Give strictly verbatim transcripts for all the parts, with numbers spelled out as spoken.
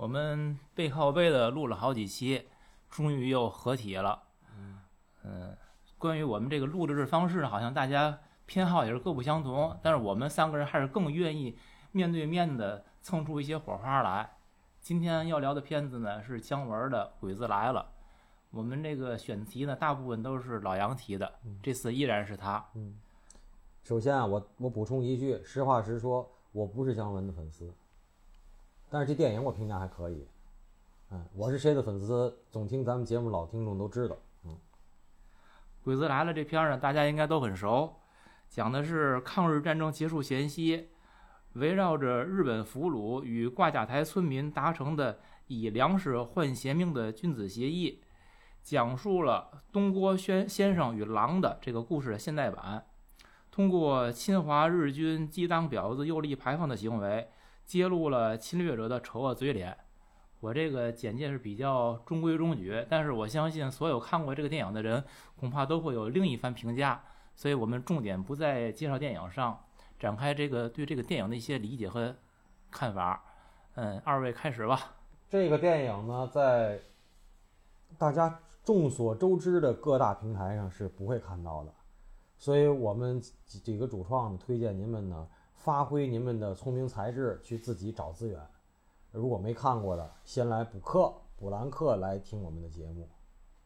我们背靠背的录了好几期，终于又合体了。嗯、呃，关于我们这个录制方式呢，好像大家偏好也是各不相同，但是我们三个人还是更愿意面对面的蹭出一些火花来。今天要聊的片子呢是姜文的《鬼子来了》，我们这个选题呢大部分都是老杨提的，这次依然是他。 嗯，首先啊，我我补充一句，实话实说，我不是姜文的粉丝，但是这电影我评价还可以。嗯，我是谁的粉丝，总听咱们节目老听众都知道。嗯， 《鬼子来了》这片儿呢，大家应该都很熟，讲的是抗日战争结束前夕，围绕着日本俘虏与挂甲台村民达成的以粮食换贤命的君子协议，讲述了东郭先先生与狼的这个故事的现代版。通过侵华日军鸡当婊子右翼排放的行为，揭露了侵略者的丑恶嘴脸。我这个简介是比较中规中矩，但是我相信所有看过这个电影的人恐怕都会有另一番评价，所以我们重点不在介绍电影上，展开这个对这个电影的一些理解和看法。嗯，二位开始吧。 这个电影呢，在大家众所周知的各大平台上是不会看到的，所以我们几个主创推荐您们呢，发挥您们的聪明才智去自己找资源。如果没看过的，先来补课，补完课来听我们的节目。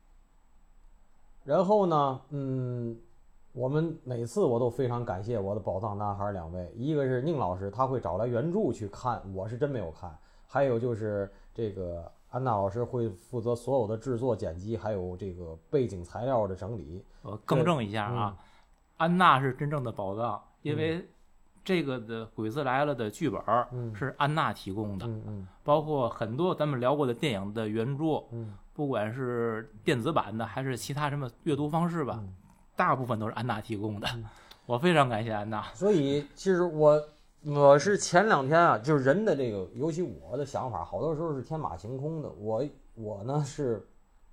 然后呢，嗯，我们每次我都非常感谢我的宝藏男孩两位，一个是宁老师，他会找来原著去看，我是真没有看；还有就是这个安娜老师会负责所有的制作、剪辑，还有这个背景材料的整理。 我更正一下啊，嗯、安娜是真正的宝藏，因为、嗯。这个的《鬼子来了》的剧本是安娜提供的， 嗯嗯、 包括很多咱们聊过的电影的原著， 嗯、 不管是电子版的还是其他什么阅读方式吧， 嗯、 大部分都是安娜提供的。 嗯、 我非常感谢安娜。 所以其实我我是前两天啊，就是人的这个，尤其我的想法，好多时候是天马行空的。我我呢是，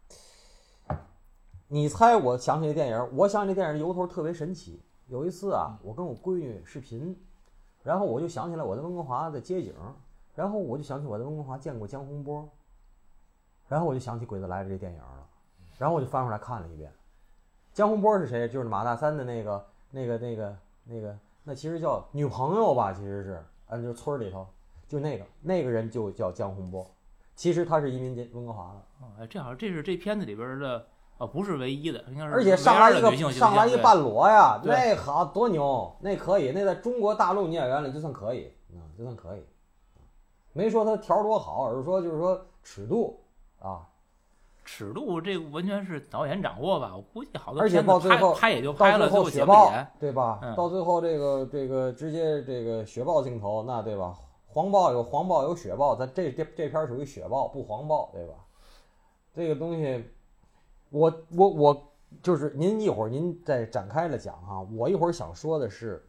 你猜我想起这电影，我想起这电影的由头特别神奇。有一次啊，我跟我闺女视频，然后我就想起来我在温哥华的街景，然后我就想起我在温哥华见过江洪波，然后我就想起《鬼子来了》这电影了，然后我就翻出来看了一遍。江洪波是谁？就是马大三的那个、那个、那个、那个，那其实叫女朋友吧，其实是，嗯，就是村里头，就那个那个人就叫江洪波，其实他是移民温哥华的。 哦，正好这是这片子里边的。哦，不是唯一的，应该是。 而且上来一个上来一个半裸呀，那好多牛，那可以，那在中国大陆女演员里就算可以，嗯，就算可以，没说他调多好，而是说就是说尺度啊， 尺度这完全是导演掌握吧，我估计好多而且到最后拍也就拍了， 到最后雪豹对吧？ 嗯、 到最后这个这个直接这个雪豹镜头，那对吧？黄豹有黄豹有雪豹，咱这这这片属于雪豹不黄豹，对吧？这个东西。我我我就是您一会儿您再展开了讲哈，我一会儿想说的是，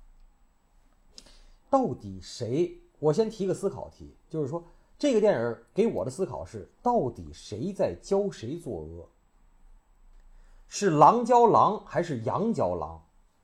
到底谁？我先提个思考题，就是说这个电影给我的思考是，到底谁在教谁作恶？是狼教狼还是羊教狼？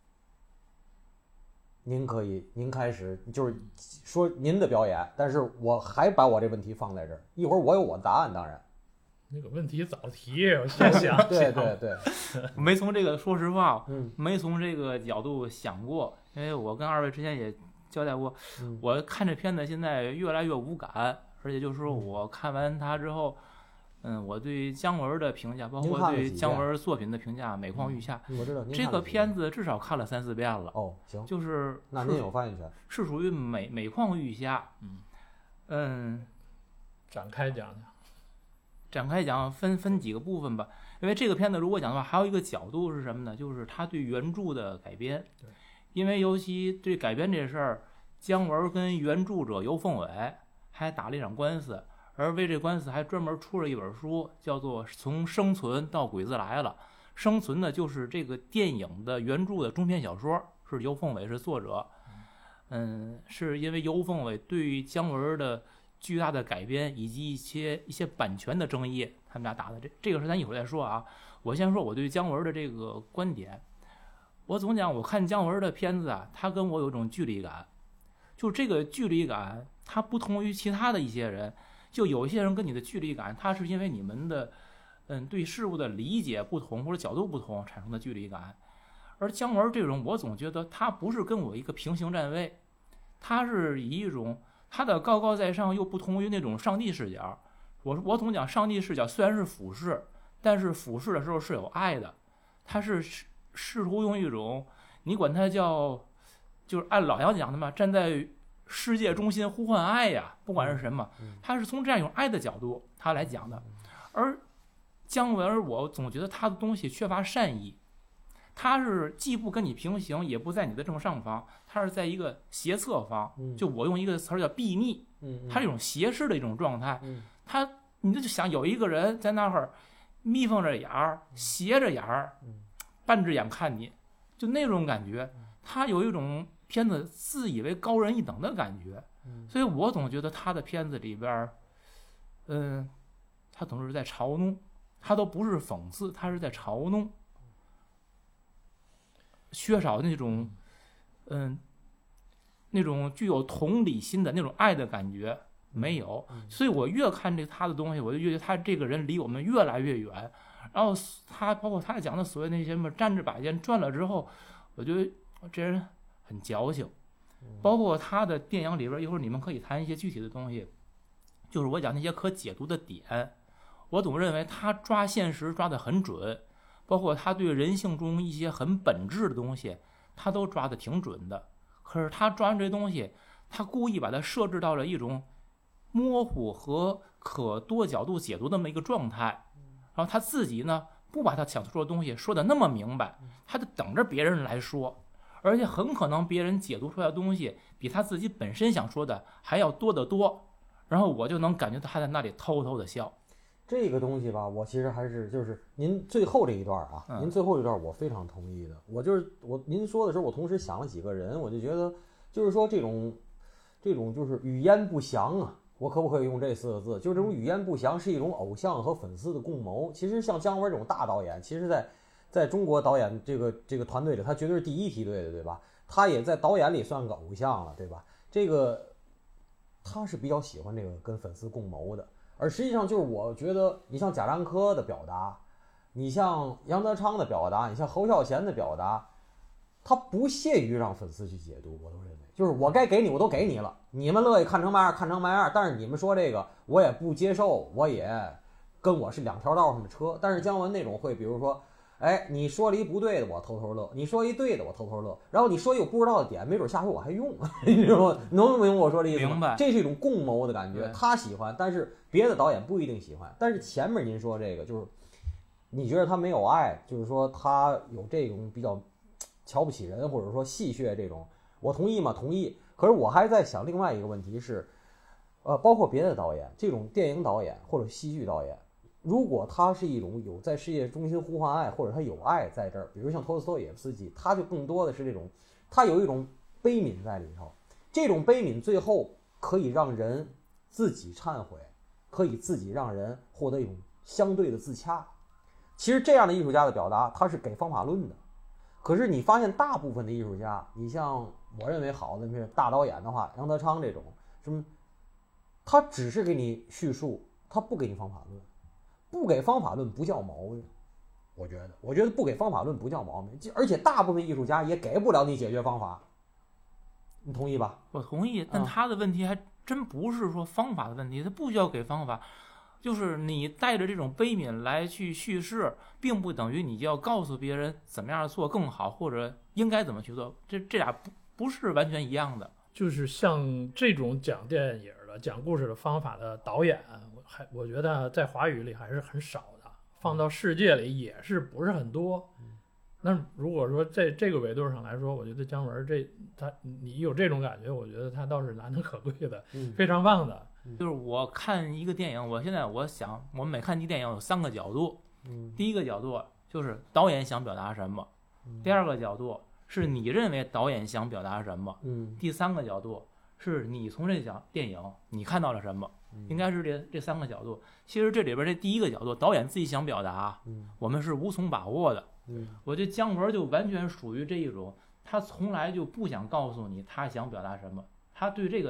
您可以，您开始就是说您的表演，但是我还把我这问题放在这儿，一会儿我有我的答案，当然。 那个问题早提，我先想想。 对对对， 没从这个，说实话， 嗯， 没从这个角度想过，因为我跟二位之前也交代过， 嗯、 我看这片子现在越来越无感，而且就是说我看完它之后，嗯，我对姜文的评价，包括对姜文作品的评价每况愈下。 嗯、我知道这个片子至少看了三四遍了。 哦，行， 就是那您有发言权， 是属于每每况愈下。 嗯嗯， 展开讲讲。 展开讲分分几个部分吧，因为这个片子如果讲的话，还有一个角度是什么呢？就是他对原著的改编。 对， 因为尤其对改编这事儿，姜文跟原著者游凤伟还打了一场官司，而为这官司还专门出了一本书，叫做《从生存到鬼子来了》。生存呢，就是这个电影的原著的中篇小说，是游凤伟是作者。嗯，是因为游凤伟对于姜文的巨大的改编以及一些一些版权的争议，他们俩打的这这个事咱一会儿再说啊。我先说我对姜文的这个观点。我总讲，我看姜文的片子啊，他跟我有一种距离感，就这个距离感，他不同于其他的一些人。 就有一些人跟你的距离感，他是因为你们的嗯对事物的理解不同或者角度不同产生的距离感。而姜文这种，我总觉得他不是跟我一个平行站位，他是以一种他的高高在上又不同于那种上帝视角。我我总讲上帝视角虽然是俯视，但是俯视的时候是有爱的，他是试图用一种你管他叫就是按老杨讲的嘛，站在世界中心呼唤爱呀，不管是什么，他是从这样一种爱的角度他来讲的。而姜文我总觉得他的东西缺乏善意，他是既不跟你平行，也不在你的正上方，他是在一个斜侧方，就我用一个词儿叫避逆，他是一种斜视的一种状态。他你就想有一个人在那儿眯缝着眼儿，斜着眼儿，半只眼看你，就那种感觉，他有一种片子自以为高人一等的感觉。所以我总觉得他的片子里边，嗯，他总是在嘲弄，他都不是讽刺，他是在嘲弄，缺少那种嗯那种具有同理心的那种爱的感觉没有。所以我越看这他的东西，我就觉得他这个人离我们越来越远。然后他包括他讲的所谓那些什么沾着把剑转了之后，我觉得这人很矫情。包括他的电影里边，一会儿你们可以谈一些具体的东西，就是我讲那些可解读的点，我总认为他抓现实抓得很准，包括他对人性中一些很本质的东西，他都抓得挺准的。可是他抓完这些东西，他故意把它设置到了一种模糊和可多角度解读的这么一个状态，然后他自己呢不把他想说的东西说得那么明白，他就等着别人来说，而且很可能别人解读出来的东西比他自己本身想说的还要多得多，然后我就能感觉到他在那里偷偷的笑。 这个东西吧，我其实还是就是您最后这一段啊， 嗯、 您最后一段我非常同意的。我就是我您说的时候，我同时想了几个人，我就觉得就是说这种这种就是语焉不详啊，我可不可以用这四个字？就是这种语焉不详是一种偶像和粉丝的共谋。其实像姜文这种大导演，其实在在中国导演这个这个团队里，他绝对是第一梯队的，对吧？他也在导演里算个偶像了，对吧？这个他是比较喜欢这个跟粉丝共谋的。而实际上就是我觉得你像贾樟柯的表达，你像杨德昌的表达，你像侯孝贤的表达，他不屑于让粉丝去解读。我都认为就是我该给你我都给你了，你们乐意看成嘛样看成嘛样，但是你们说这个我也不接受，我也跟我是两条道上的车。但是姜文那种会比如说哎，你说了一不对的我偷偷乐，你说一对的我偷偷乐，然后你说一我不知道的点，没准下回我还用，你知道吗？能不明白我说的意思吗？ 明白， 这是一种共谋的感觉，他喜欢，但是别的导演不一定喜欢。但是前面您说这个就是你觉得他没有爱，就是说他有这种比较瞧不起人或者说戏谑这种，我同意吗？同意。可是我还在想另外一个问题是呃，包括别的导演，这种电影导演或者戏剧导演，如果他是一种有在世界中心呼唤爱，或者他有爱在这儿，比如像托斯托耶夫斯基，他就更多的是这种，他有一种悲悯在里头。这种悲悯最后可以让人自己忏悔，可以自己让人获得一种相对的自洽。其实这样的艺术家的表达，他是给方法论的。可是你发现大部分的艺术家，你像我认为好的那些大导演的话，杨德昌这种什么，他只是给你叙述，他不给你方法论。不给方法论不叫毛病，我觉得，我觉得不给方法论不叫毛病，而且大部分艺术家也给不了你解决方法，你同意吧？ 我同意，但他的问题还真不是说方法的问题，他不需要给方法，就是你带着这种悲悯来去叙事，并不等于你就要告诉别人怎么样做更好，或者应该怎么去做，这这俩不不是完全一样的。 就是像这种讲电影的、讲故事的方法的导演，还我觉得在华语里还是很少的，放到世界里也是不是很多。那如果说在这个维度上来说，我觉得姜文这他你有这种感觉，我觉得他倒是难能可贵的， 嗯、 非常棒的。 就是我看一个电影，我现在我想，我们每看一电影有三个角度。 嗯、 第一个角度就是导演想表达什么， 嗯、 第二个角度是你认为导演想表达什么， 嗯、 第三个角度是你从这讲电影你看到了什么。应该是这这三个角度。其实这里边这第一个角度，导演自己想表达， 嗯， 我们是无从把握的。 嗯， 我觉得姜文就完全属于这一种，他从来就不想告诉你他想表达什么，他对这个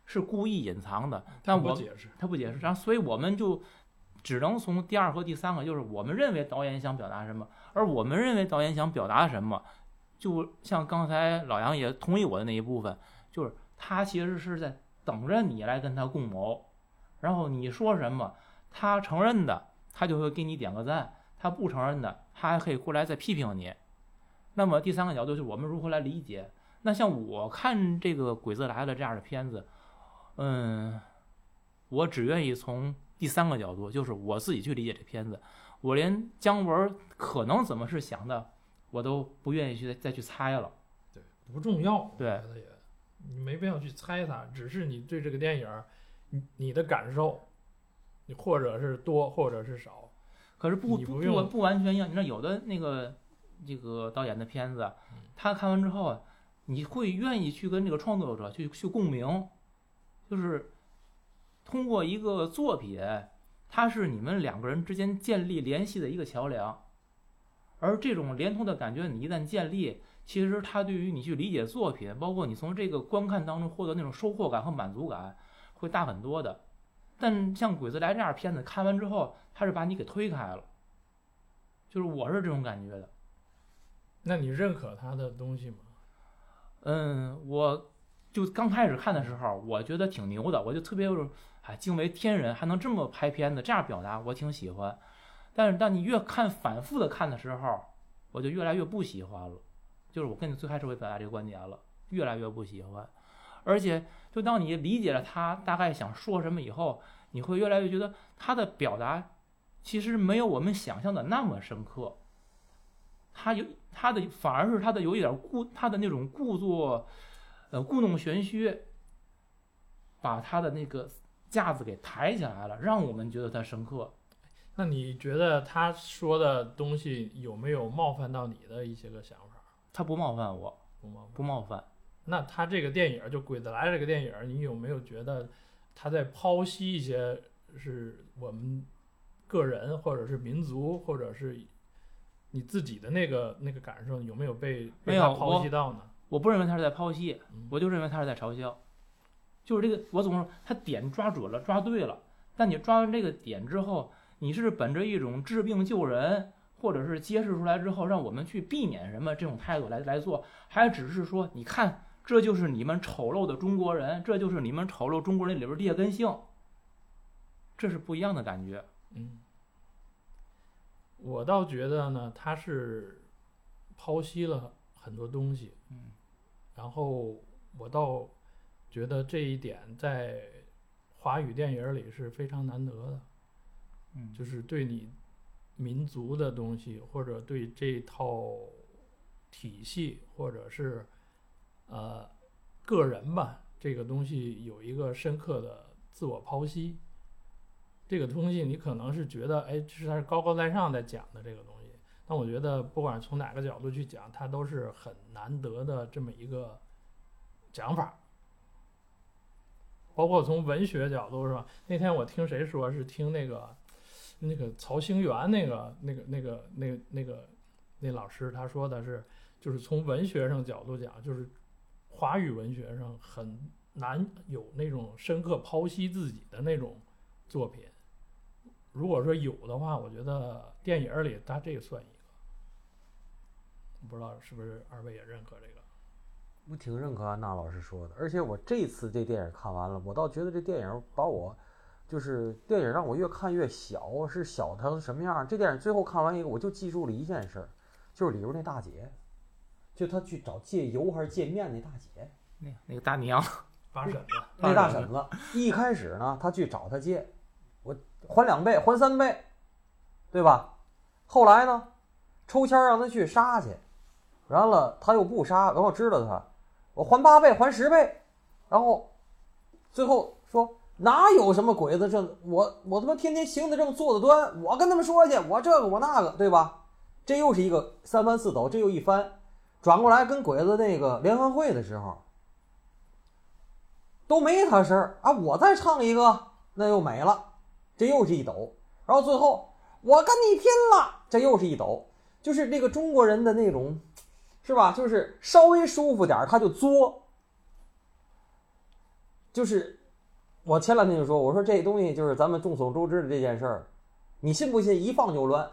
是故意隐藏的，但我不解释， 他不解释，然后所以我们就只能从第二和第三个，就是我们认为导演想表达什么，而我们认为导演想表达什么，就像刚才老杨也同意我的那一部分，就是他其实是在等着你来跟他共谋，然后你说什么，他承认的，他就会给你点个赞，他不承认的，他还可以过来再批评你。那么第三个角度就是我们如何来理解。那像我看这个《鬼子来了》这样的片子，嗯，我只愿意从第三个角度，就是我自己去理解这片子。我连姜文可能怎么是想的，我都不愿意去再去猜了。 对，不重要， 对， 我觉得也你没必要去猜它，只是你对这个电影你你的感受，你或者是多或者是少。 可是不不不用不完全一样，你知道有的那个这个导演的片子，他看完之后，你会愿意去跟这个创作者去去共鸣，就是通过一个作品，它是你们两个人之间建立联系的一个桥梁，而这种连通的感觉，你一旦建立，其实它对于你去理解作品，包括你从这个观看当中获得那种收获感和满足感，会大很多的。但像《鬼子来》这样的片子，看完之后，它是把你给推开了，就是我是这种感觉的。 那你认可他的东西吗？ 嗯，我就刚开始看的时候，我觉得挺牛的，我就特别有哎惊为天人，还能这么拍片子，这样表达，我挺喜欢。但是当你越看反复的看的时候，我就越来越不喜欢了。就是我跟你最开始会表达这个观点了，越来越不喜欢。而且就当你理解了他大概想说什么以后，你会越来越觉得他的表达其实没有我们想象的那么深刻。他有他的反而是他的有一点故他的那种故作呃故弄玄虚，把他的那个架子给抬起来了，让我们觉得他深刻。 那你觉得他说的东西有没有冒犯到你的一些个想法？ 他不冒犯我， 不冒犯。 不冒犯。 那他这个电影就《鬼子来了》这个电影，你有没有觉得他在剖析一些是我们个人或者是民族或者是你自己的那个那个感受，有没有被被他剖析到呢？ 我, 我不认为他是在剖析， 嗯、 我就认为他是在嘲笑。就是这个，我总说他点抓准了，抓对了。但你抓完这个点之后，你是本着一种治病救人，或者是揭示出来之后让我们去避免什么这种态度来来做，还只是说你看。这就是你们丑陋的中国人，这就是你们丑陋中国人里边劣根性，这是不一样的感觉。 嗯，我倒觉得呢，他是剖析了很多东西， 嗯， 然后我倒觉得这一点在华语电影里是非常难得的， 嗯， 就是对你民族的东西，或者对这套体系，或者是呃，个人吧，这个东西有一个深刻的自我剖析。这个东西你可能是觉得，哎，这是他是高高在上在讲的这个东西，但我觉得不管从哪个角度去讲，它都是很难得的这么一个讲法。包括从文学角度是吧？那天我听谁说是听那个那个曹兴元那个那个那个那个那个那老师他说的是，就是从文学上角度讲，就是华语文学上很难有那种深刻剖析自己的那种作品。如果说有的话，我觉得电影里它这个算一个。不知道是不是二位也认可这个？ 我挺认可安娜老师说的，而且我这次这电影看完了，我倒觉得这电影把我，就是电影让我越看越小，是小成什么样？这电影最后看完一个，我就记住了一件事，就是里边那大姐，就她去找借油还是借面那大姐， 那那个大娘， 八婶子， 那大婶子，一开始呢，她去找她借，我还两倍，还三倍，对吧？后来呢，抽签让她去杀去，完了她又不杀，然后知道她。我还八倍，还十倍，然后最后说哪有什么鬼子这我我他妈天天行得正坐得端，我跟他们说去，我这个我那个，对吧？这又是一个三番四抖，这又一番，转过来跟鬼子那个联欢会的时候都没他事儿啊，我再唱一个那又没了，这又是一抖，然后最后我跟你拼了，这又是一抖，就是那个中国人的那种。是吧？就是稍微舒服点他就作，就是我前两天就说，我说这东西就是咱们众所周知的这件事儿，你信不信一放就乱，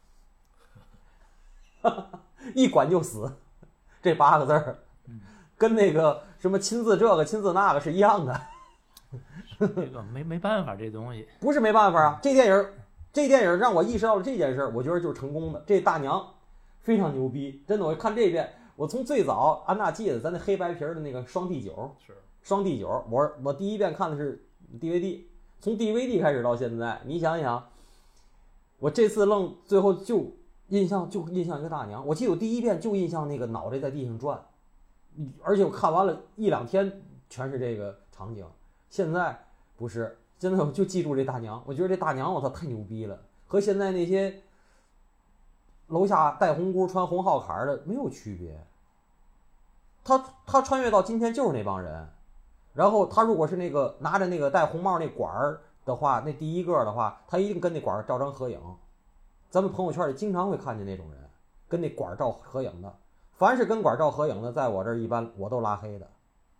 一管就死，这八个字儿，跟那个什么亲自这个亲自那个是一样的。 这个没没办法，这东西不是没办法啊。这电影，这电影让我意识到了这件事儿，我觉得就是成功的。这大娘非常牛逼，真的。我看这遍，我从最早安娜记得咱那黑白皮儿的那个双 D 九， 是双 D 九，我我第一遍看的是 D V D， 从 D V D 开始到现在，你想一想，我这次愣最后就印象就印象一个大娘。我记得我第一遍就印象那个脑袋在地上转，而且我看完了一两天全是这个场景。现在不是，真的我就记住这大娘，我觉得这大娘我操太牛逼了，和现在那些楼下戴红箍穿红号坎的没有区别。他他穿越到今天就是那帮人，然后他如果是那个拿着那个戴红帽那管儿的话，那第一个的话，他一定跟那管儿照张合影。咱们朋友圈里经常会看见那种人跟那管儿照合影的，凡是跟管儿照合影的，在我这儿一般我都拉黑的。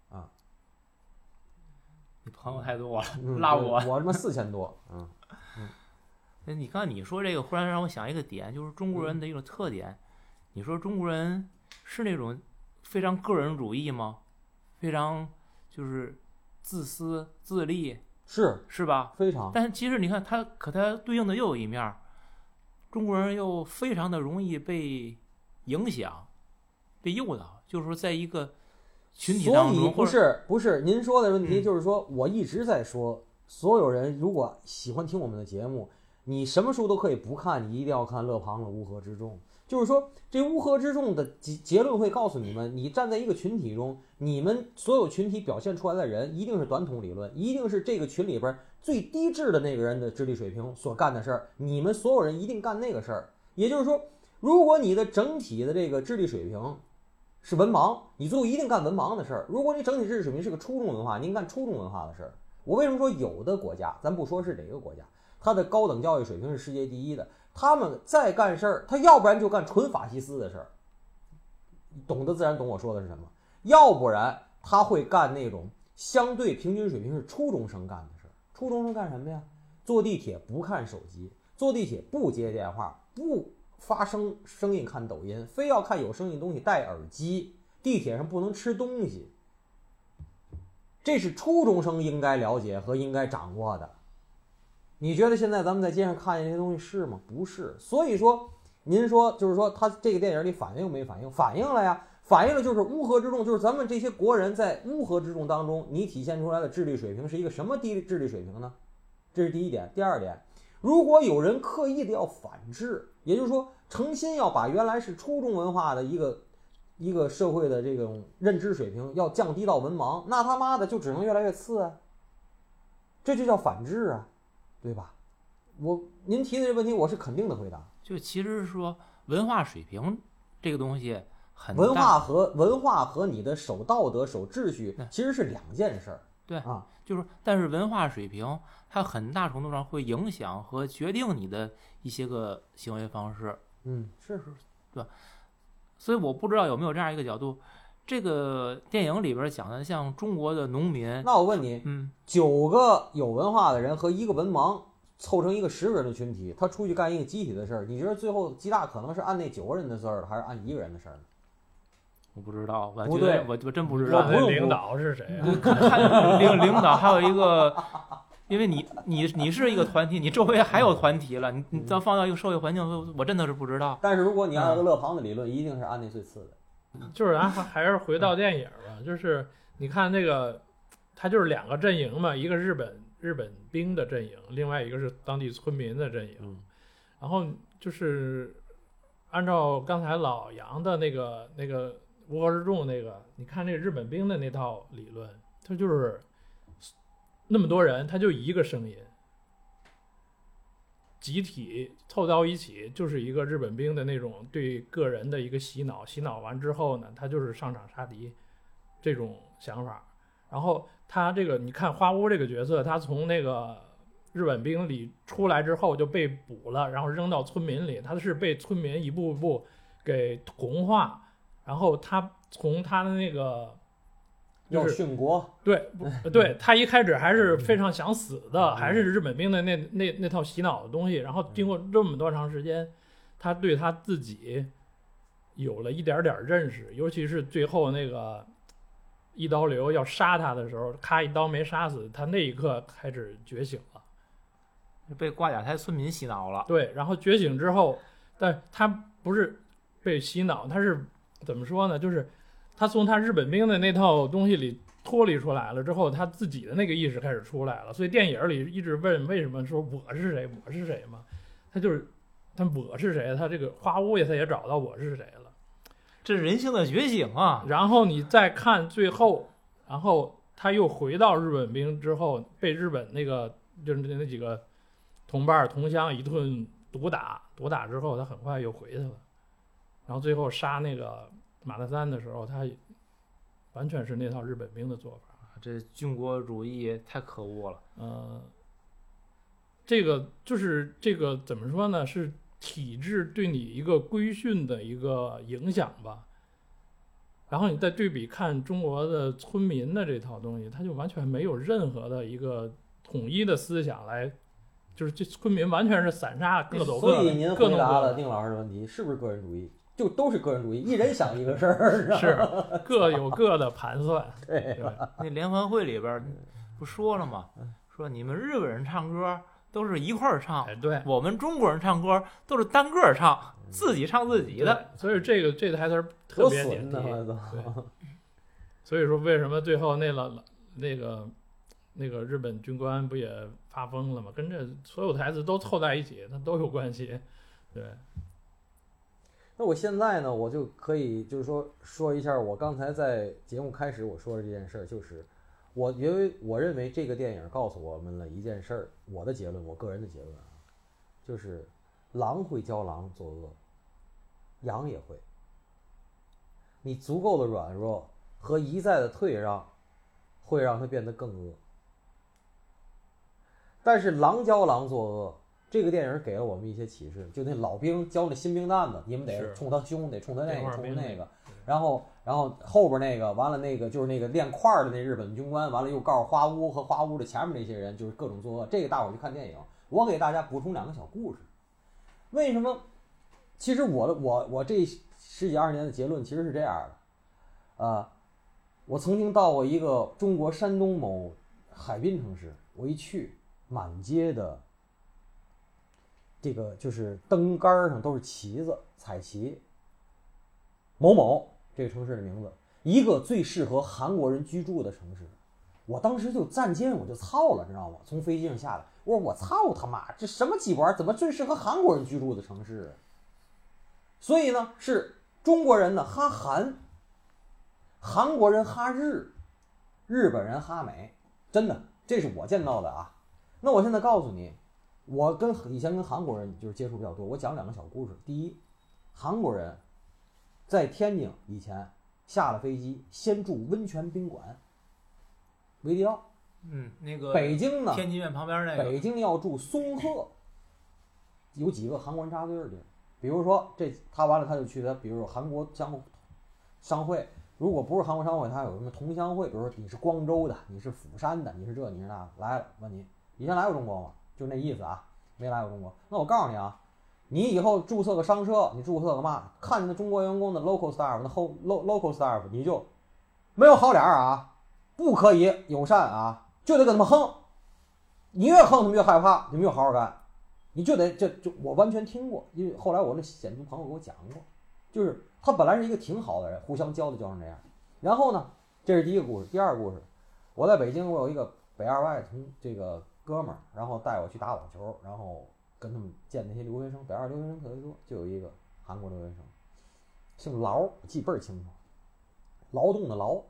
你朋友太多了， 嗯、 拉我， 我他妈四千多，嗯嗯。你刚才你说这个，忽然让我想一个点，就是中国人的一种特点。嗯、你说中国人是那种非常个人主义吗？非常就是自私自利， 是是吧？ 非常。 但是其实你看它，可它对应的又有一面，中国人又非常的容易被影响、被诱导，就是说在一个群体当中， 所以不是不是您说的问题，就是说、嗯、我一直在说，所有人如果喜欢听我们的节目，你什么书都可以不看，你一定要看勒庞的《乌合之众》。就是说，这乌合之众的结论会告诉你们，你站在一个群体中，你们所有群体表现出来的人，一定是短筒理论，一定是这个群里边最低智的那个人的智力水平所干的事儿，你们所有人一定干那个事儿。也就是说，如果你的整体的这个智力水平是文盲，你最后一定干文盲的事儿；如果你整体知识水平是个初中文化，您干初中文化的事儿。我为什么说有的国家，咱不说是哪个国家，它的高等教育水平是世界第一的，他们在干事儿，他要不然就干纯法西斯的事儿，懂得自然懂我说的是什么；要不然他会干那种相对平均水平是初中生干的事儿。初中生干什么呀？坐地铁不看手机，坐地铁不接电话，不发声声音看抖音，非要看有声音的东西，戴耳机，地铁上不能吃东西。这是初中生应该了解和应该掌握的。你觉得现在咱们在街上看见这些东西是吗？不是。所以说您说就是说他这个电影里反映没反映？反映了呀，反映了就是乌合之众，就是咱们这些国人在乌合之众当中，你体现出来的智力水平是一个什么低智力水平呢？这是第一点。第二点，如果有人刻意的要反制，也就是说诚心要把原来是初中文化的一个一个社会的这种认知水平要降低到文盲，那他妈的就只能越来越次啊，这就叫反制啊，对吧？我您提的这个问题我是肯定的回答。 就其实是说文化水平这个东西很大， 文化和文化和你的守道德守秩序其实是两件事儿。 对啊， 就是但是文化水平它很大程度上会影响和决定你的一些个行为方式。 嗯，是是， 对吧？所以我不知道有没有这样一个角度，这个电影里边讲的像中国的农民， 那我问你， 嗯， 九个有文化的人和一个文盲凑成一个十个人的群体，他出去干一个集体的事儿，你觉得最后极大可能是按那九个人的事儿，还是按一个人的事儿？ 我不知道，我不对， 我我真不知道。 那领导是谁啊？ 领领导还有一个，因为你你你是一个团体，你周围还有团体了，你你再放到一个社会环境，我真的是不知道。 但是如果你按个勒庞的理论，一定是按那最次的。 就是咱还是回到电影吧，就是你看这个，它就是两个阵营嘛，一个日本日本兵的阵营，另外一个是当地村民的阵营。 嗯、 然后就是按照刚才老杨的那个那个乌合之众那个，你看那个日本兵的那套理论，它就是那么多人，他就一个声音，集体凑到一起，就是一个日本兵的那种对个人的一个洗脑，洗脑完之后呢，他就是上场杀敌这种想法。然后他这个你看花屋这个角色，他从那个日本兵里出来之后就被捕了，然后扔到村民里，他是被村民一步步给同化，然后他从他的那个要就是殉国， 对不对，他一开始还是非常想死的， 嗯还是日本兵的那那那套洗脑的东西，然后经过这么多长时间，他对他自己有了一点点认识，尤其是最后那个一刀流要杀他的时候，咔一刀没杀死他，那一刻开始觉醒了。 被挂甲台村民洗脑了。 对，然后觉醒之后，但他不是被洗脑，他是怎么说呢？就是他从他日本兵的那套东西里脱离出来了之后，他自己的那个意识开始出来了。所以电影里一直问为什么说我是谁，我是谁嘛？他就是他我是谁？他这个花屋也他也找到我是谁了。 这是人性的觉醒啊！ 然后你再看最后，然后他又回到日本兵之后，被日本那个就是那几个同伴同乡一顿毒打，毒打之后他很快又回去了。然后最后杀那个马特三的时候，他完全是那套日本兵的做法。 这军国主义太可恶了。 呃，这个就是这个怎么说呢？是体制对你一个规训的一个影响吧。然后你再对比看中国的村民的这套东西，他就完全没有任何的一个统一的思想来，就是这村民完全是散沙各走各的。 所以您各弄回答各的了丁老师的问题，是不是个人主义？就都是个人主义，一人想一个事儿， 是各有各的盘算。 对， 对， 那联欢会里边不说了吗？说你们日本人唱歌都是一块儿唱， 哎，对， 我们中国人唱歌都是单个儿唱，自己唱自己的。 对，所以这个这个台词儿特多别点题。 损呢！我对操， 所以说为什么最后那老那个那个日本军官不也发疯了吗？跟这所有台词都凑在一起，它都有关系。对， 那我现在呢，我就可以就是说说一下我刚才在节目开始我说的这件事儿，就是我因为我认为这个电影告诉我们了一件事儿，我的结论，我个人的结论啊，就是狼会教狼作恶，羊也会。你足够的软弱和一再的退让，会让它变得更恶。但是狼教狼作恶，这个电影给了我们一些启示，就那老兵教那新兵蛋子，你们得是冲他胸，得冲他那个， 电话兵冲他那个。然后，然后后边那个完了，那个就是那个练块儿的那日本军官，完了又告诉花屋和花屋的前面那些人，就是各种作恶。这个大伙儿去看电影，我给大家补充两个小故事。为什么？其实我的我我这十几二十年的结论其实是这样的，啊、呃，我曾经到过一个中国山东某海滨城市，我一去，满街的这个就是灯杆上都是旗子，彩旗。某某这个城市的名字，一个最适合韩国人居住的城市。我当时就站街上我就操了，知道吗？从飞机上下来，我说我操他妈，这什么鸡巴怎么最适合韩国人居住的城市？所以呢，是中国人呢哈韩，韩国人哈日，日本人哈美，真的，这是我见到的啊。那我现在告诉你，我跟以前跟韩国人就是接触比较多，我讲两个小故事。第一，韩国人在天津以前下了飞机，先住温泉宾馆，维迪奥。 嗯，那个北京呢， 天津院旁边那个， 北京要住松鹤，有几个韩国人扎堆儿地儿。比如说这他完了他就去他，比如说韩国商商会，如果不是韩国商会，他有什么同乡会，比如说你是光州的，你是釜山的，你是这你是那，来了问你以前来过中国吗？就那意思啊，没来过中国。那我告诉你啊，你以后注册个商车，你注册个嘛，看见那中国员工的 local staff 那后 local staff， 你就没有好脸啊，不可以友善啊，就得跟他们横，你越横他们越害怕，你没有好好干。你就得这就我完全听过，因为后来我那显族朋友给我讲过，就是他本来是一个挺好的人，互相教的教成这样。然后呢，这是第一个故事。第二个故事，我在北京，我有一个北二外同这个哥们儿，然后带我去打网球，然后跟他们见那些留学生，北二留学生特别多，就有一个韩国留学生，姓劳，我记倍儿清楚，劳动的劳。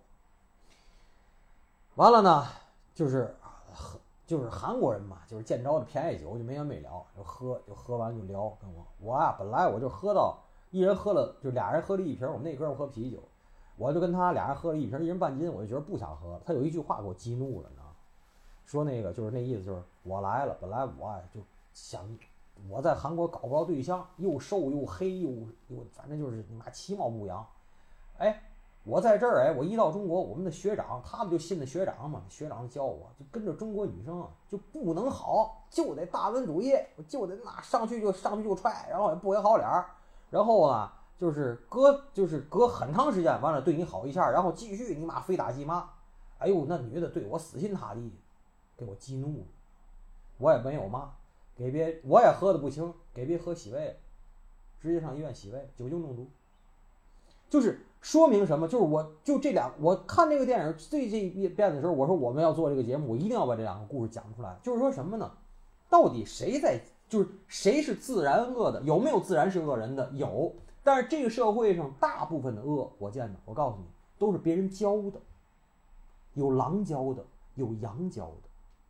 完了呢，就是就是韩国人嘛，就是见着的便宜酒就没完没了，就喝就喝完就聊。跟我我啊，本来我就喝到一人喝了，就俩人喝了一瓶，我们那哥们喝啤酒，我就跟他俩人喝了一瓶，一人半斤，我就觉得不想喝了。他有一句话给我激怒了，你知道吗？说那个就是那意思，就是我来了，本来我啊就想我在韩国搞不着对象，又瘦又黑又又反正就是你妈其貌不扬，哎， 我在这儿哎，我一到中国，我们的学长他们就信的学长嘛，学长教我就跟着中国女生啊就不能好，就得大文主义，我就得那上去就上去就踹，然后也不给好脸儿，然后啊就是隔就是隔很长时间，完了对你好一下，然后继续你妈非打即骂，哎呦那女的对我死心塌地，给我激怒了，我也没有骂，给别我也喝的不轻，给别喝洗胃了，直接上医院洗胃，酒精中毒。就是说明什么？就是我就这两，我看这个电影最这一遍的时候，我说我们要做这个节目，我一定要把这两个故事讲出来。就是说什么呢？到底谁在？就是谁是自然恶的？有没有自然是恶人的？有。但是这个社会上大部分的恶，我见的，我告诉你，都是别人教的，有狼教的，有羊教的。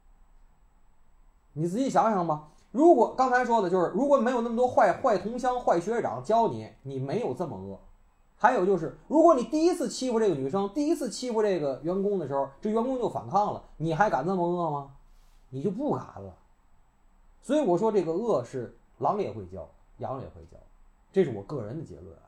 你仔细想想吧。如果刚才说的就是，如果没有那么多坏坏同乡、坏学长教你，你没有这么恶。还有就是，如果你第一次欺负这个女生，第一次欺负这个员工的时候，这员工就反抗了，你还敢这么恶吗？你就不敢了。所以我说这个恶是狼也会教，羊也会教，这是我个人的结论啊。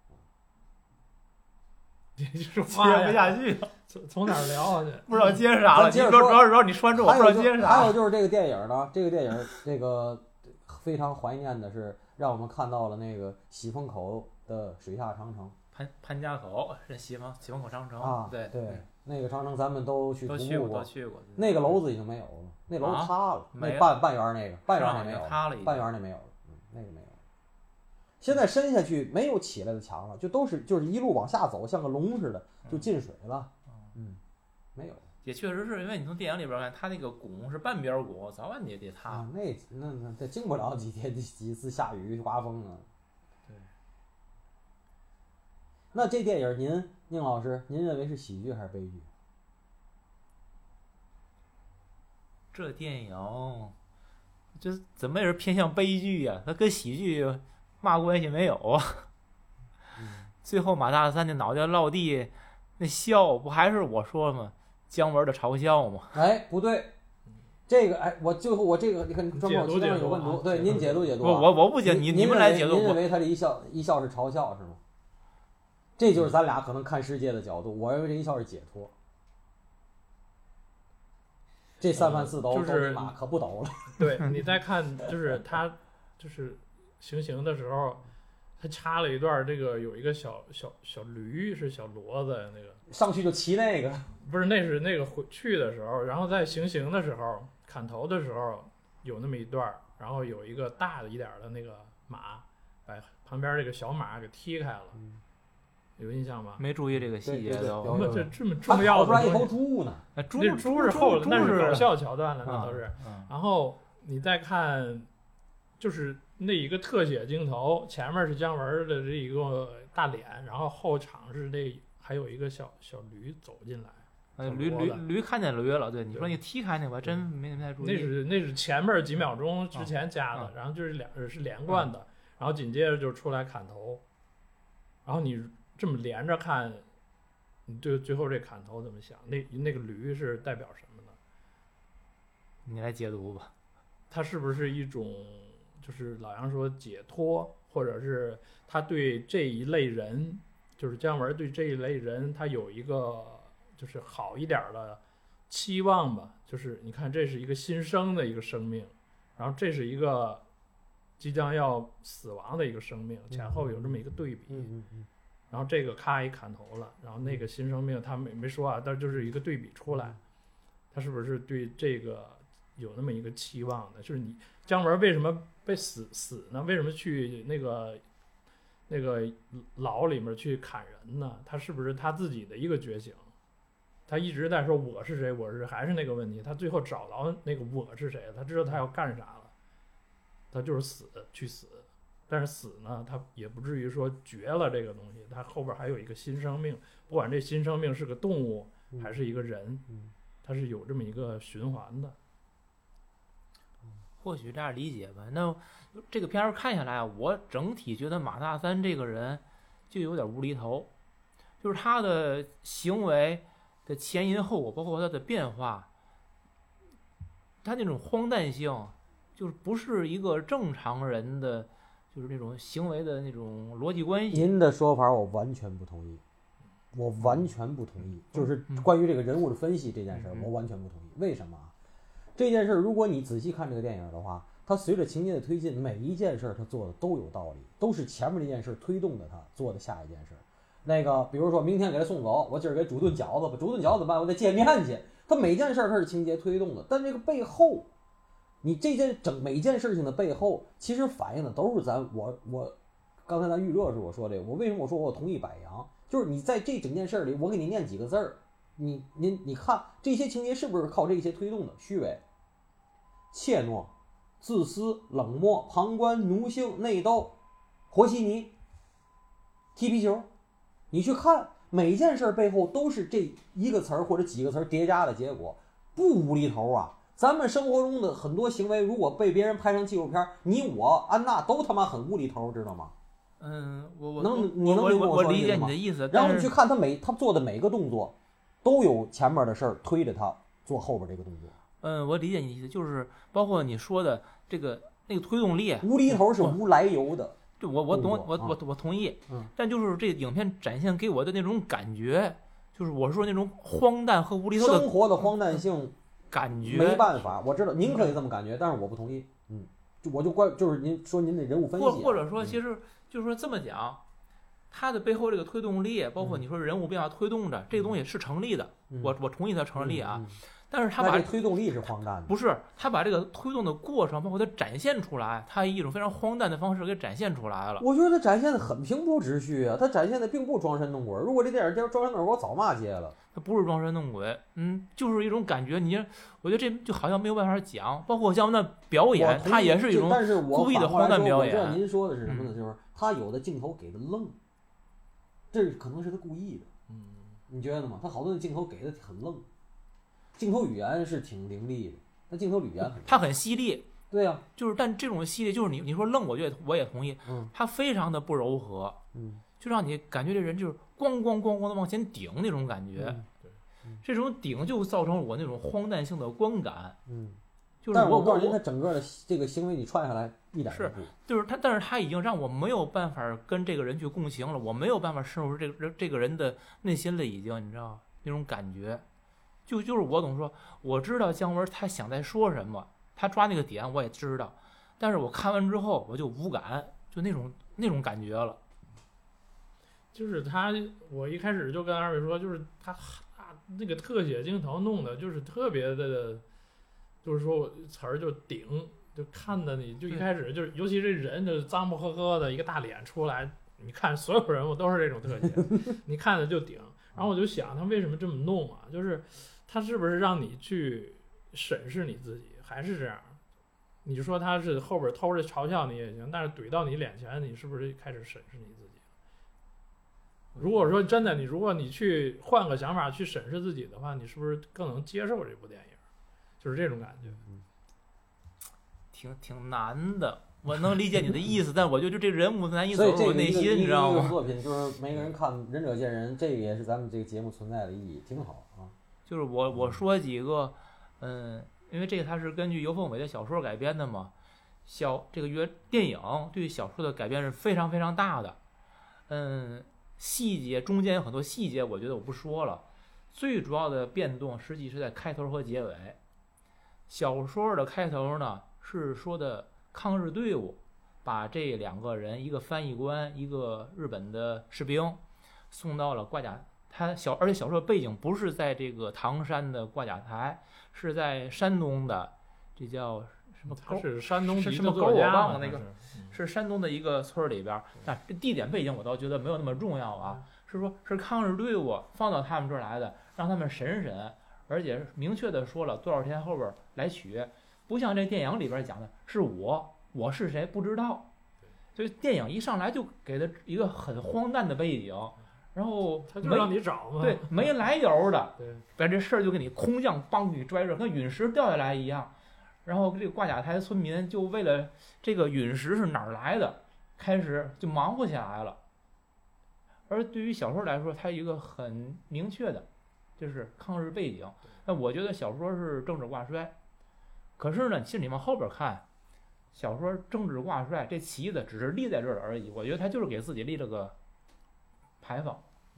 这就是接不下去了， 从从哪儿聊啊？ 不知道接着啥了。 接着主要主要主要你拴住我，不知道接着啥。 还有就是这个电影呢，这个电影这个非常怀念的是，让我们看到了那个喜峰口的水下长城。 潘潘家口是喜峰喜峰口长城啊， 对对，那个长城咱们都去徒步过，都去过。 那个楼子已经没有了，那楼塌了，那半半圆那个半圆那没有了， 塌了， 半圆那没有了，嗯，那个没有了。现在伸下去没有起来的墙了，就都是就是一路往下走，像个龙似的就进水了，嗯，没有。 也确实是因为你从电影里边看，它那个拱是半边拱，早晚也得塌。 啊，那那那这经不了几天几次下雨刮风啊。 对。 那这电影您宁老师，您认为是喜剧还是悲剧？ 这电影这怎么也是偏向悲剧呀、啊？它跟喜剧嘛关系没有啊？ 嗯、 最后马大三的脑袋落地，那笑不还是我说吗？姜文的嘲笑吗？ 哎，不对，这个哎，我最后我这个你看专门我有问读，对您解读解读、啊。 我我不解，你你们来解读。 您认为他的一笑一笑是嘲笑是吗？这就是咱俩可能看世界的角度。我认为这一笑是解脱。这三番四抖， 嗯、就是马可不抖了。 对，你再看，就是他就是行刑的时候，他插了一段这个有一个小小小驴是小骡子呀，那个上去就骑那个， 不是，那是那个回去的时候，然后在行刑的时候砍头的时候有那么一段，然后有一个大的一点的那个马把旁边这个小马给踢开了。嗯，有印象吗？ 没注意这个细节都。 怎么这这么重要的？ 出来一头猪呢？ 那猪那猪是后，那是搞笑桥段了，那啊、 都是。 啊、 然后你再看，就是那一个特写镜头，前面是姜文的这一个大脸，然后后场是那还有一个小小驴走进来。 驴驴驴看见驴了，对你说你踢开那个，真没太注意。 那是那是前面几秒钟之前加的， 啊、 然后就是两是连贯的，啊、然后紧接着就出来砍头，然后你这么连着看，你对最后这砍头怎么想？那那个驴是代表什么呢？ 你来解读吧。 它是不是一种，就是老杨说解脱，或者是他对这一类人，就是姜文对这一类人，他有一个就是好一点的期望吧？就是你看，这是一个新生的一个生命，然后这是一个即将要死亡的一个生命，前后有这么一个对比。 嗯嗯嗯。 然后这个咔一砍头了，然后那个新生命他没没说啊，但就是一个对比出来，他是不是对这个有那么一个期望的？就是你姜文为什么被死死呢？为什么去那个那个牢里面去砍人呢？他是不是他自己的一个觉醒？他一直在说我是谁，我是谁，还是那个问题。他最后找到那个我是谁，他知道他要干啥了，他就是死去死。但是死呢，他也不至于说绝了这个东西，他后边还有一个新生命，不管这新生命是个动物还是一个人，它是有这么一个循环的。 或许这样理解吧。那这个片儿看下来，我整体觉得马大三这个人就有点无厘头，就是他的行为的前因后果，包括他的变化，他那种荒诞性，就是不是一个正常人的。就是那种行为的那种逻辑关系。 您的说法我完全不同意。 我完全不同意，就是嗯关于这个人物的分析这件事儿， 嗯我完全不同意。为什么啊？这件事儿，如果你仔细看这个电影的话，它随着情节的推进，每一件事儿它做的都有道理，都是前面那件事推动着他做的下一件事儿。那个，比如说明天给他送走，我今儿给煮顿饺子吧，煮顿饺子怎么办？我得见面去。他每件事儿它是情节推动的，但这个背后，你这件整每件事情的背后，其实反映的都是咱我我刚才咱预热时我说这个，我为什么我说我同意柏杨？就是你在这整件事里，我给你念几个字儿，你你你看这些情节是不是靠这些推动的？虚伪、怯懦、自私、冷漠、旁观、奴性、内斗、和稀泥、踢皮球，你去看每件事背后都是这一个词儿或者几个词儿叠加的结果，不无厘头啊！咱们生活中的很多行为，如果被别人拍成纪录片，你我安娜都他妈很无厘头，知道吗？ 嗯，我我能我你能明白我我说的意思吗理解你的意思， 然后但是你去看他每他做的每个动作，都有前面的事儿推着他做后边这个动作。 嗯，我理解你的意思，就是包括你说的这个那个推动力， 无厘头是无来由的。 就我我懂动作我我我同意， 嗯， 但就是这影片展现给我的那种感觉，就是我说那种荒诞和无厘头的生活的荒诞性感觉， 没办法，我知道您可以这么感觉，但是我不同意。嗯，就我就关就是您说您的人物分析、啊， 或或者说， 嗯其实就是说这么讲，它的背后这个推动力，包括你说人物变化推动着，这个东西是成立的， 嗯我我同意它成立啊。 嗯嗯但是他把那这推动力是荒诞的， 不是他把这个推动的过程，包括它展现出来，他以一种非常荒诞的方式给展现出来了。 我觉得他展现的很平铺直叙啊，他展现的并不装神弄鬼。如果这电影叫装神弄鬼，我早骂街了。 它不是装神弄鬼，嗯，就是一种感觉。你，我觉得这就好像没有办法讲。包括像那表演，它也是一种但是我故意的荒诞表演。 我知道您说的是什么呢？就是他有的镜头给的愣，这可能是他故意的。 嗯， 你觉得吗？他好多的镜头给的很愣。镜头语言是挺凌厉的，那镜头语言很， 它很犀利， 对呀、啊， 就是但这种犀利就是你你说愣，我觉得我也同意， 嗯， 它非常的不柔和， 嗯， 就让你感觉这人就是咣咣咣咣的往前顶那种感觉， 嗯对，嗯、 这种顶就造成我那种荒诞性的观感， 嗯， 就是但是我告诉您，他整个的这个行为你串下来一点是不， 就是他，但是他已经让我没有办法跟这个人去共情了，我没有办法深入这个这个人的内心了，已经，你知道那种感觉。就就是我总说，我知道姜文他想在说什么，他抓那个点我也知道，但是我看完之后我就无感，就那种那种感觉了。 就是他，我一开始就跟二位说，就是他啊那个特写镜头弄的，就是特别的，就是说我词儿就顶，就看的你就一开始就是，尤其这人就是脏不呵呵的一个大脸出来，你看所有人物都是这种特写，你看着就顶。然后我就想他为什么这么弄啊？就是他是不是让你去审视你自己，还是这样？你就说他是后边偷着嘲笑你也行，但是怼到你脸前，你是不是开始审视你自己？如果说真的，你如果你去换个想法去审视自己的话，你是不是更能接受这部电影？就是这种感觉。 挺挺难的，我能理解你的意思，但我觉得就这人物难以走所以这个入我内心，你知道吗？ 作品就是每个人看仁者见仁，这个也是咱们这个节目存在的意义，挺好啊。 就是我我说几个，嗯，因为这个它是根据尤凤伟的小说改编的嘛，小这个原电影对小说的改编是非常非常大的，嗯，细节中间有很多细节，我觉得我不说了，最主要的变动实际是在开头和结尾。小说的开头呢是说的抗日队伍把这两个人，一个翻译官，一个日本的士兵，送到了挂甲。他小，而且小说的背景不是在这个唐山的挂甲台，是在山东的，这叫什么沟？ 是山东是什么沟？我忘了那个，是山东的一个村里边。但这地点背景我倒觉得没有那么重要啊，是说是抗日队伍放到他们这儿来的，让他们审审，而且明确的说了多少天后边来取，不像这电影里边讲的是我，我是谁不知道。所以电影一上来就给了一个很荒诞的背景。然后他就让你找嘛， 对，没来由的， 对， 把这事儿就给你空降，梆给拽着，跟陨石掉下来一样。然后这个挂甲台村民就为了这个陨石是哪儿来的，开始就忙活起来了。而对于小说来说，它有一个很明确的，就是抗日背景。那我觉得小说是政治挂帅，可是呢，其实你往后边看，小说政治挂帅这旗子只是立在这儿而已。我觉得他就是给自己立了个牌坊，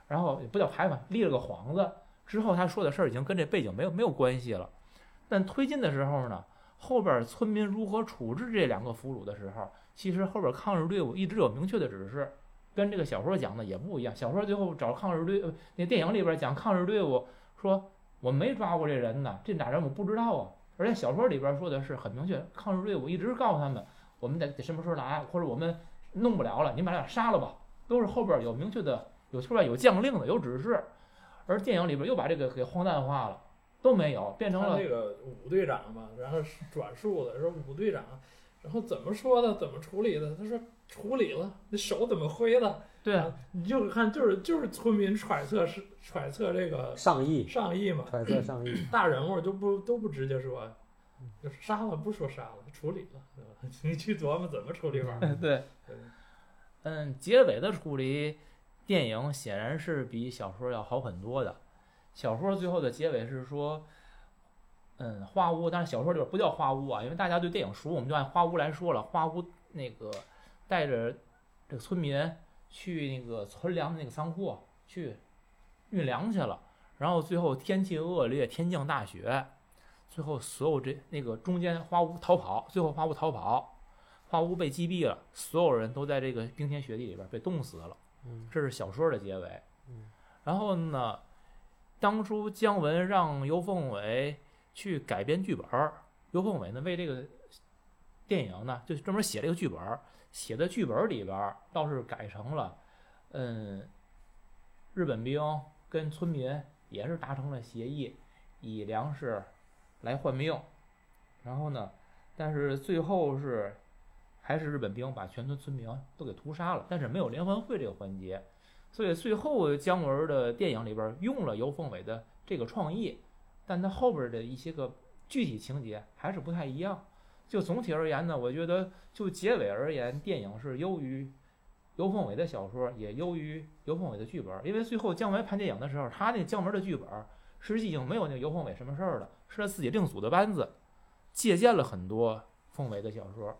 然后也不叫牌坊，立了个幌子。之后他说的事儿已经跟这背景没有没有关系了。但推进的时候呢，后边村民如何处置这两个俘虏的时候，其实后边抗日队伍一直有明确的指示，跟这个小说讲的也不一样。小说最后找抗日队，呃、那电影里边讲抗日队伍说我没抓过这人呢，这俩人我不知道啊。而且小说里边说的是很明确，抗日队伍一直告诉他们，我们得得什么时候来，或者我们弄不了了，你把他俩杀了吧，都是后边有明确的，有后边有将令的，有指示。而电影里边又把这个给荒诞化了，都没有，变成了那个武队长嘛，然后转述的说武队长，然后怎么说的，怎么处理的？他说处理了，那手怎么挥的？ 对啊， 你就看就是就是村民揣测是揣测这个上意上意嘛， 揣测上意， 大人物就不都不直接说，就是杀了不说杀了，处理了，对吧？你去琢磨怎么处理法。 对，嗯，结尾的处理。电影显然是比小说要好很多的。小说最后的结尾是说，嗯，花屋，但是小说里边不叫花屋啊，因为大家对电影熟，我们就按花屋来说了。花屋那个带着这个村民去那个存粮的那个仓库去运粮去了，然后最后天气恶劣，天降大雪，最后所有这那个中间花屋逃跑，最后花屋逃跑，花屋被击毙了，所有人都在这个冰天雪地里边被冻死了。这是小说的结尾。然后呢，当初姜文让尤凤伟去改编剧本，尤凤伟呢为这个电影呢就专门写了一个剧本，写的剧本里边倒是改成了，嗯，日本兵跟村民也是达成了协议，以粮食来换命。然后呢，但是最后是。还是日本兵把全村村民都给屠杀了，但是没有联欢会这个环节，所以最后姜文的电影里边用了尤凤伟的这个创意，但他后边的一些个具体情节还是不太一样。就总体而言呢，我觉得就结尾而言，电影是优于尤凤伟的小说，也优于尤凤伟的剧本。因为最后姜文拍电影的时候，他那个姜文的剧本实际已经没有那个尤凤伟什么事儿了，是他自己另组的班子，借鉴了很多凤伟的小说。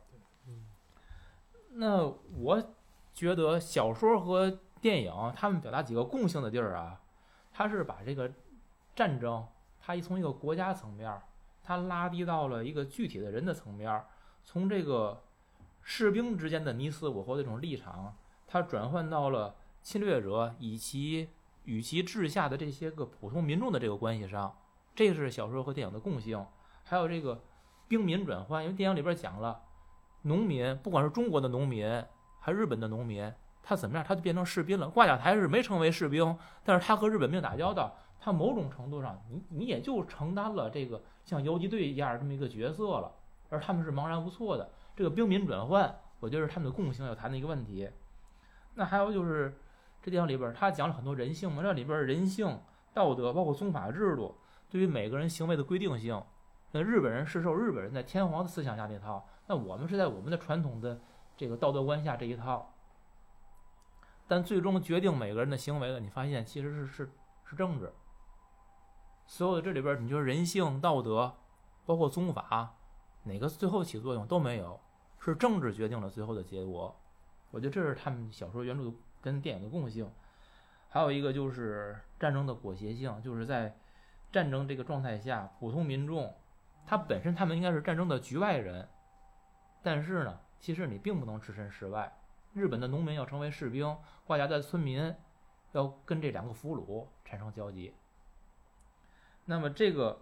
那我觉得小说和电影他们表达几个共性的地儿啊，他是把这个战争，他一从一个国家层面，他拉低到了一个具体的人的层面，从这个士兵之间的你死我活的这种立场，他转换到了侵略者以其与其治下的这些个普通民众的这个关系上，这是小说和电影的共性。还有这个兵民转换，因为电影里边讲了。农民，不管是中国的农民还是日本的农民，他怎么样，他就变成士兵了。挂甲台是没成为士兵，但是他和日本兵打交道，他某种程度上，你你也就承担了这个像游击队一样这么一个角色了。而他们是茫然无措的。这个兵民转换，我觉得是他们的共性要谈的一个问题。那还有就是这电影里边，他讲了很多人性嘛，这里边人性、道德，包括宗法制度，对于每个人行为的规定性。那日本人是受日本人在天皇的思想下那套。那我们是在我们的传统的这个道德观下这一套，但最终决定每个人的行为的，你发现其实是是是政治。所有的这里边，你说人性、道德，包括宗法，哪个最后起作用都没有，是政治决定了最后的结果。我觉得这是他们小说原著跟电影的共性。还有一个就是战争的裹挟性，就是在战争这个状态下，普通民众他本身他们应该是战争的局外人。但是呢，其实你并不能置身事外。日本的农民要成为士兵，挂甲的村民要跟这两个俘虏产生交集。那么这个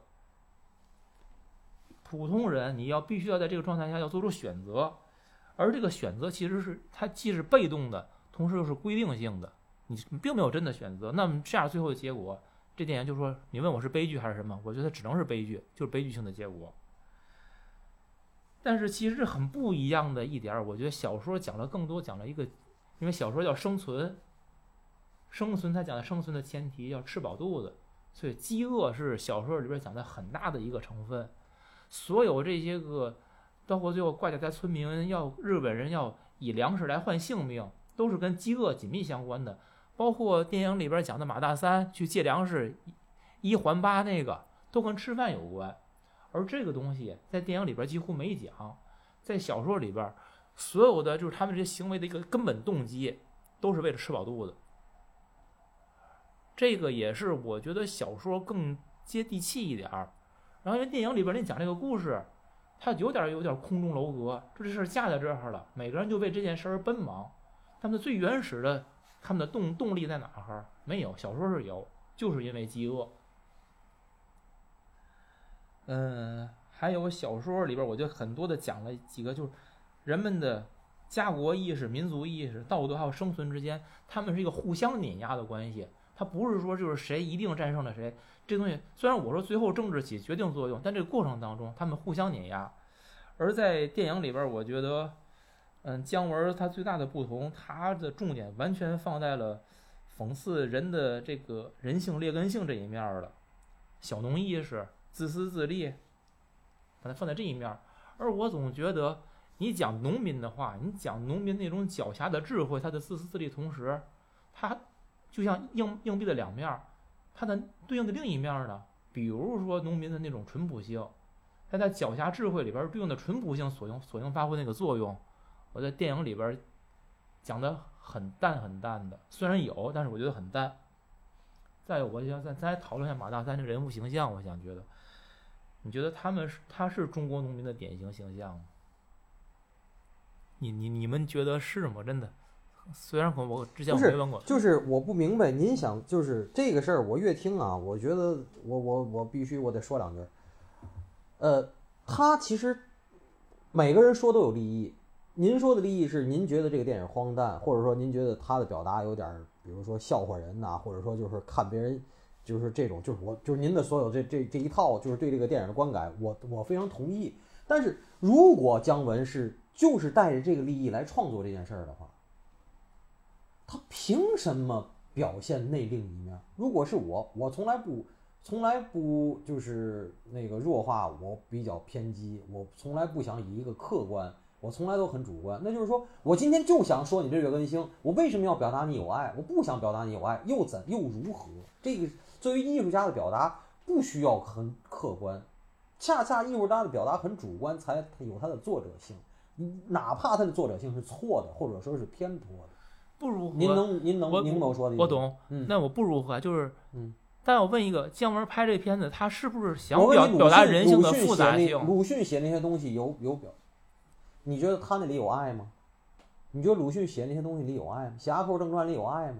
普通人，你要必须要在这个状态下要做出选择，而这个选择其实是它既是被动的，同时又是规定性的，你并没有真的选择。那么这样最后的结果，这电影就说你问我是悲剧还是什么，我觉得只能是悲剧，就是悲剧性的结果。但是其实很不一样的一点，我觉得小说讲了更多，讲了一个，因为小说叫生存，生存它讲的生存的前提要吃饱肚子，所以饥饿是小说里边讲的很大的一个成分。所有这些个，包括最后挂甲台村民要日本人要以粮食来换性命，都是跟饥饿紧密相关的。包括电影里边讲的马大三去借粮食一还八那个，都跟吃饭有关。而这个东西在电影里边几乎没讲，在小说里边，所有的就是他们这些行为的一个根本动机，都是为了吃饱肚子。 这个也是我觉得小说更接地气一点儿。然后因为电影里边你讲这个故事，它有点有点空中楼阁，这事儿架在这儿了，每个人就为这件事儿奔忙。他们最原始的他们的动动力在哪儿？没有，小说是有，就是因为饥饿。嗯，还有小说里边，我觉得很多的讲了几个，就是人们的家国意识、民族意识、道德还有生存之间，他们是一个互相碾压的关系。它不是说就是谁一定战胜了谁，这东西虽然我说最后政治起决定作用，但这个过程当中他们互相碾压。而在电影里边，我觉得，嗯，姜文他最大的不同，他的重点完全放在了讽刺人的这个人性劣根性这一面了，小农意识、自私自利，把它放在这一面。而我总觉得，你讲农民的话，你讲农民那种狡黠的智慧，他的自私自利，同时，他就像硬硬币的两面，它的对应的另一面呢，比如说农民的那种淳朴性，在他狡黠智慧里边对应的淳朴性所用所用发挥那个作用，我在电影里边讲的很淡很淡的，虽然有，但是我觉得很淡。再有，我想再再讨论一下马大三这个人物形象，我想觉得，你觉得他们是他是中国农民的典型形象吗？你你你们觉得是吗？真的？虽然我之前我没问过， 就是我不明白您想，就是这个事儿，我越听啊，我觉得我我我必须我得说两句。呃，他其实每个人说都有利益，您说的利益是您觉得这个电影荒诞，或者说您觉得他的表达有点，比如说笑话人呐、啊，或者说就是看别人，就是这种，就是我就是您的所有这这这一套，就是对这个电影的观感，我我非常同意。但是如果姜文是就是带着这个利益来创作这件事儿的话，他凭什么表现那另一面？如果是我，我从来不，从来不就是那个弱化，我比较偏激，我从来不想以一个客观，我从来都很主观。那就是说我今天就想说你这月根星，我为什么要表达你有爱？我不想表达你有爱，又怎又如何？这个作为艺术家的表达不需要很客观，恰恰艺术家的表达很主观，才有它的作者性。哪怕他的作者性是错的，或者说是偏颇的。 不如何？ 您能您能我您我说的我懂， 嗯， 那我不如何就是， 嗯， 但我问一个，姜文拍这片子，他是不是想我问你表表达人性的复杂性？ 鲁迅写那些东西有有表，你觉得他那里有爱吗？你觉得鲁迅写那些东西里有爱吗？《侠客正传》里有爱吗？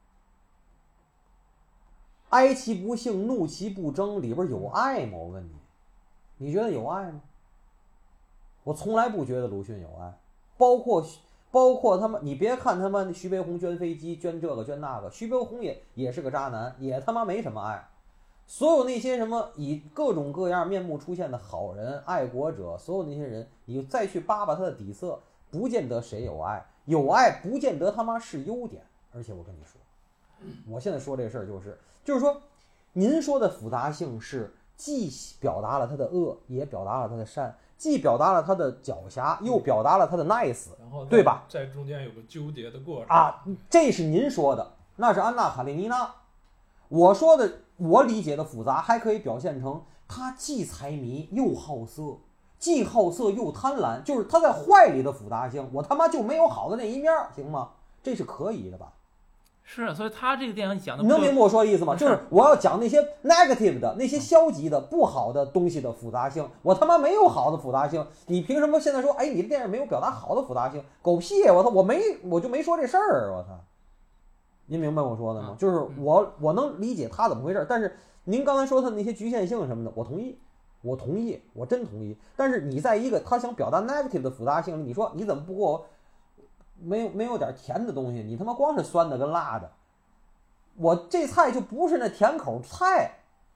哀其不幸，怒其不争里边有爱吗？我问你，你觉得有爱吗？我从来不觉得鲁迅有爱，包括包括他们，你别看他们徐悲鸿捐飞机捐这个捐那个，徐悲鸿也也是个渣男，也他妈没什么爱。所有那些什么以各种各样面目出现的好人、爱国者，所有那些人，你再去扒扒他的底色，不见得谁有爱，有爱不见得他妈是优点。而且我跟你说，我现在说这个事儿就是就是说，您说的复杂性是既表达了他的恶，也表达了他的善。既表达了他的狡黠，又表达了他的 nice， 然后对吧？ 在中间有个纠结的过程啊，这是您说的，那是安娜·卡列尼娜。我说的，我理解的复杂，还可以表现成他既财迷又好色，既好色又贪婪，就是他在坏里的复杂性。我他妈就没有好的那一面，行吗？这是可以的吧？ 是，所以他这个电影讲的， 你能明白我说的意思吗？就是我要讲那些 negative 的、那些消极的、不好的东西的复杂性，我他妈没有好的复杂性，你凭什么现在说，哎，你的电影没有表达好的复杂性？狗屁！我操，我没，我就没说这事儿，我操！您明白我说的吗？就是我我能理解他怎么回事，但是您刚才说他那些局限性什么的，我同意，我同意，我真同意。但是你在一个他想表达 negative 的复杂性，你说你怎么不给我？没有没有点甜的东西，你他妈光是酸的跟辣的，我这菜就不是那甜口菜。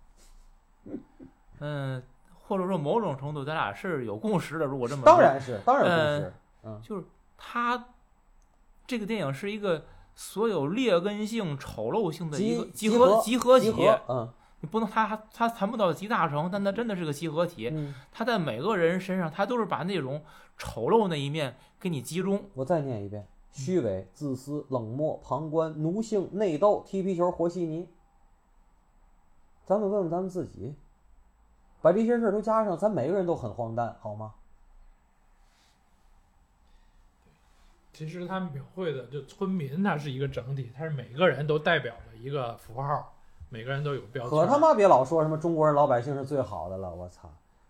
嗯，或者说某种程度咱俩是有共识的。如果这么说， 当然是，当然共识。 嗯，就是他这个电影是一个所有劣根性、丑陋性的一个集合集合体。 嗯， 你不能他他谈不到集大成，但他真的是个集合体。 嗯， 他在每个人身上，他都是把那种丑陋那一面给你集中。 我再念一遍：虚伪、自私、冷漠、旁观、奴性、内斗、踢皮球、和稀泥。咱们问问咱们自己，把这些事儿都加上，咱每个人都很荒诞，好吗？ 其实他描绘的就村民，他是一个整体，他是每个人都代表了一个符号，每个人都有标签。 可他妈别老说什么中国人老百姓是最好的了，我操！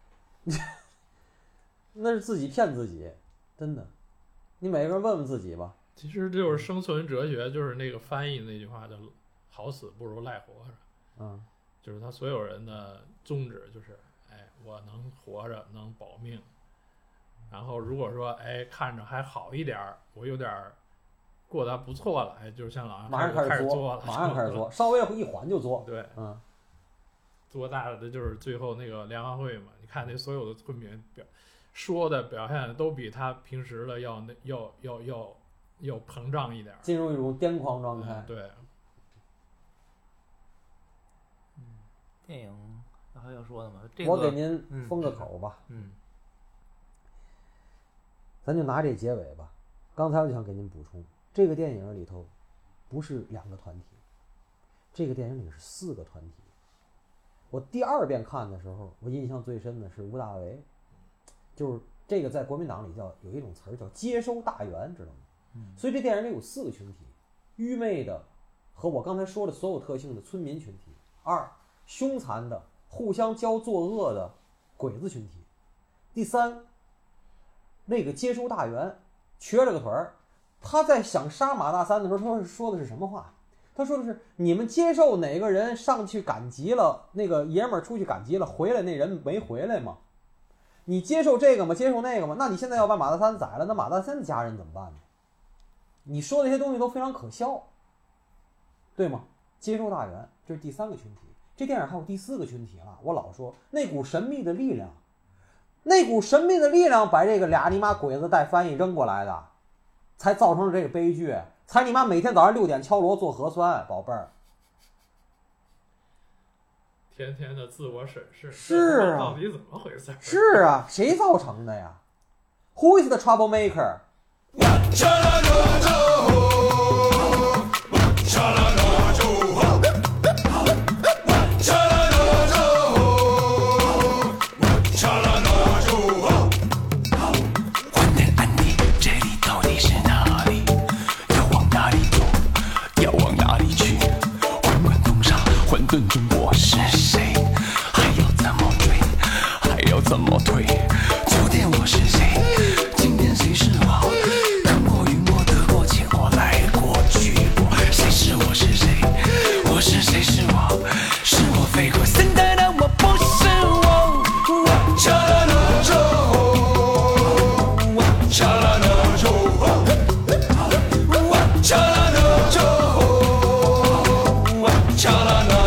那是自己骗自己，真的。你每个人问问自己吧。 其实就是生存哲学，就是那个翻译那句话叫“好死不如赖活着”。 嗯， 就是他所有人的宗旨就是，哎，我能活着，能保命。然后如果说，哎，看着还好一点儿，我有点过得不错了，哎，就像老马上开始作了， 马上开始作，稍微一缓就作。 对， 嗯， 作大了的就是最后那个联欢会嘛，你看那所有的村民表说的表现都比他平时的要那要要要要膨胀一点， 进入一种癫狂状态。 嗯、对， 嗯，电影还有说的吗？这个、我给您封个口吧。 嗯。嗯咱就拿这结尾吧。刚才我就想给您补充，这个电影里头不是两个团体，这个电影里是四个团体。我第二遍看的时候，我印象最深的是吴大维，就是这个在国民党里叫有一种词儿叫接收大员，知道吗？嗯。所以这电影里有四个群体：愚昧的和我刚才说的所有特性的村民群体；二，凶残的互相教作恶的鬼子群体；第三，那个接收大员瘸了个腿儿，他在想杀马大三的时候，他说的是什么话？他说的是：你们接受哪个人上去赶集了，那个爷们儿出去赶集了，回来那人没回来吗？你接受这个吗？接受那个吗？那你现在要把马大三宰了，那马大三的家人怎么办呢？你说的这些东西都非常可笑，对吗？接收大员，这是第三个群体。这电影还有第四个群体啊！我老说那股神秘的力量。那股神秘的力量把这个俩你妈鬼子带翻译扔过来的，才造成了这个悲剧，才你妈每天早上六点敲锣做核酸，宝贝儿， 天天的自我审视， 是啊， 到底怎么回事？ 是啊，谁造成的呀 ？Who is the troublemaker？ 论中国是谁，还要怎么追，还要怎么退？昨天我是谁，今天谁是我？看过云过得过且过来过去过，谁是我是谁？我是谁是我？是我飞过现在的我不是我。cha la la jo cha la la jo cha la la jo cha la la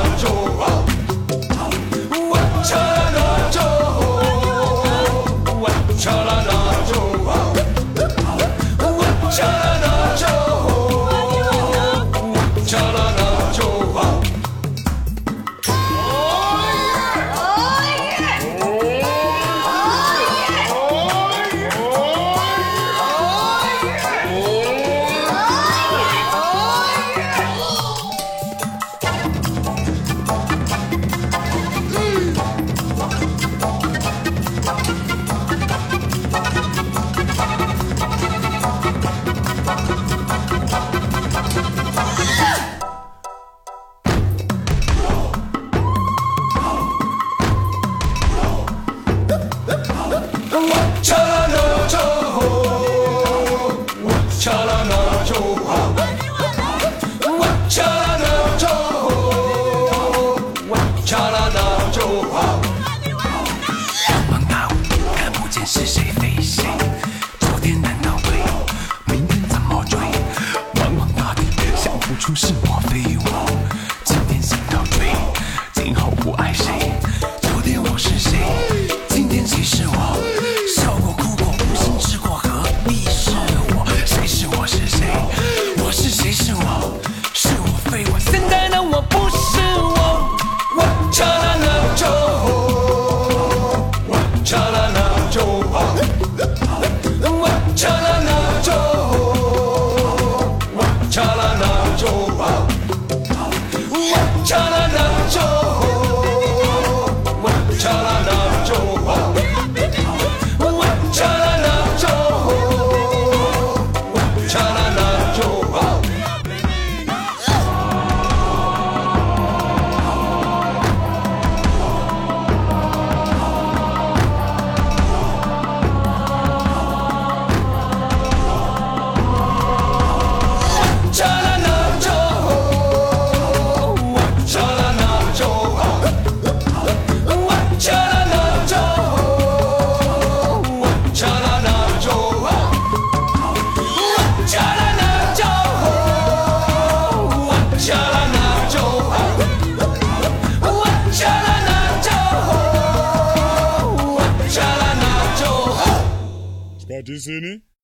cha la la jo listening?